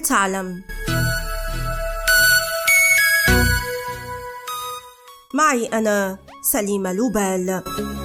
تعلم؟ معي أنا سليمة لوبال.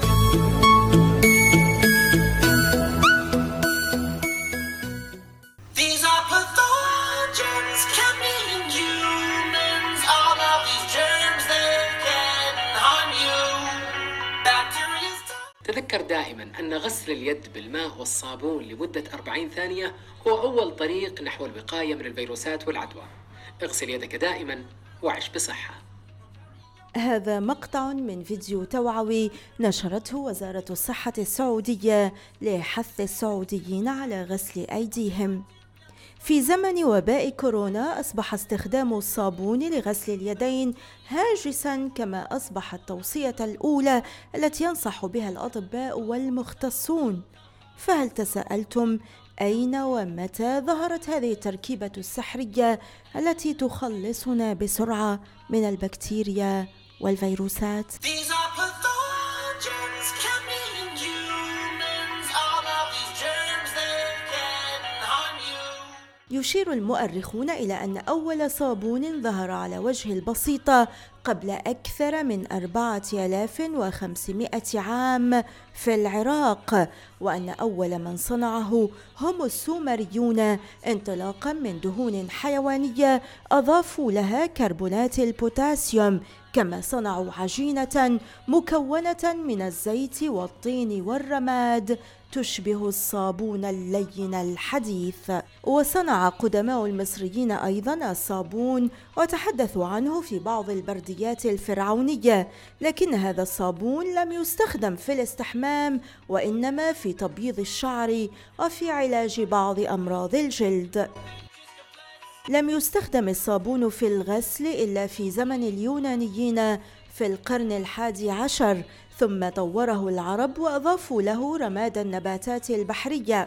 تذكر دائما أن غسل اليد بالماء والصابون لمدة 40 ثانية هو أول طريق نحو الوقاية من الفيروسات والعدوى. اغسل يدك دائما وعش بصحة. هذا مقطع من فيديو توعوي نشرته وزارة الصحة السعودية لحث السعوديين على غسل أيديهم. في زمن وباء كورونا أصبح استخدام الصابون لغسل اليدين هاجساً، كما أصبحت التوصية الأولى التي ينصح بها الأطباء والمختصون. فهل تساءلتم أين ومتى ظهرت هذه التركيبة السحرية التي تخلصنا بسرعة من البكتيريا والفيروسات؟ يشير المؤرخون إلى أن أول صابون ظهر على وجه البسيطة قبل أكثر من 4500 عام في العراق، وأن أول من صنعه هم السومريون انطلاقا من دهون حيوانية أضافوا لها كربونات البوتاسيوم، كما صنعوا عجينة مكونة من الزيت والطين والرماد تشبه الصابون اللين الحديث. وصنع قدماء المصريين أيضا الصابون وتحدثوا عنه في بعض البرديات الفرعونية، لكن هذا الصابون لم يستخدم في الاستحمام وإنما في تبييض الشعر وفي علاج بعض أمراض الجلد. لم يستخدم الصابون في الغسل إلا في زمن اليونانيين في القرن 11، ثم طوره العرب وأضافوا له رماد النباتات البحرية.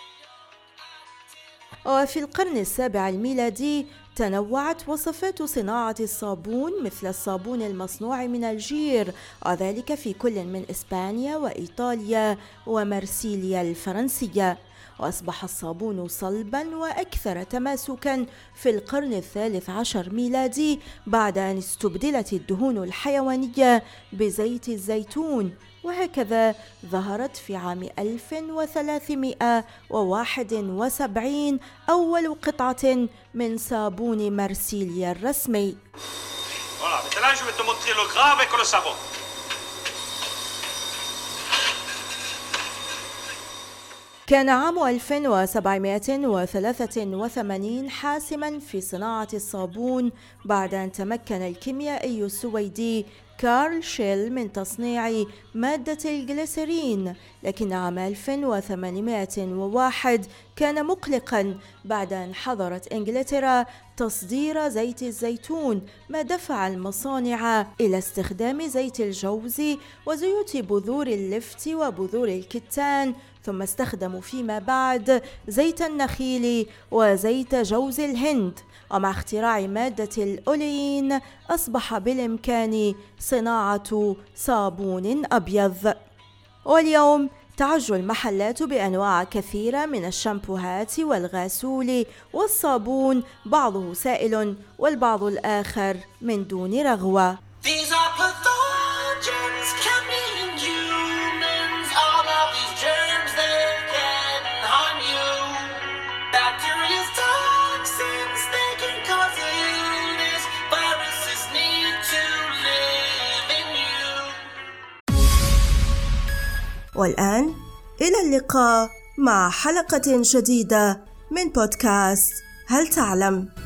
وفي القرن 7 الميلادي تنوعت وصفات صناعة الصابون مثل الصابون المصنوع من الجير، وذلك في كل من إسبانيا وإيطاليا ومرسيليا الفرنسية. وأصبح الصابون صلبا وأكثر تماسكا في القرن 13 ميلادي بعد أن استبدلت الدهون الحيوانية بزيت الزيتون، وهكذا ظهرت في عام 1371 أول قطعة من صابون مرسيليا الرسمي. كان عام 1783 حاسماً في صناعة الصابون بعد أن تمكن الكيميائي السويدي كارل شيل من تصنيع مادة الجليسرين، لكن عام 1801 كان مقلقاً بعد أن حظرت إنجلترا تصدير زيت الزيتون، ما دفع المصانع إلى استخدام زيت الجوز وزيوت بذور اللفت وبذور الكتان، ثم استخدموا فيما بعد زيت النخيل وزيت جوز الهند. ومع اختراع مادة الأولين أصبح بالإمكان صناعة صابون أبيض. واليوم تعج المحلات بأنواع كثيرة من الشامبوهات والغاسول والصابون، بعضه سائل والبعض الآخر من دون رغوة. والآن إلى اللقاء مع حلقة جديدة من بودكاست هل تعلم؟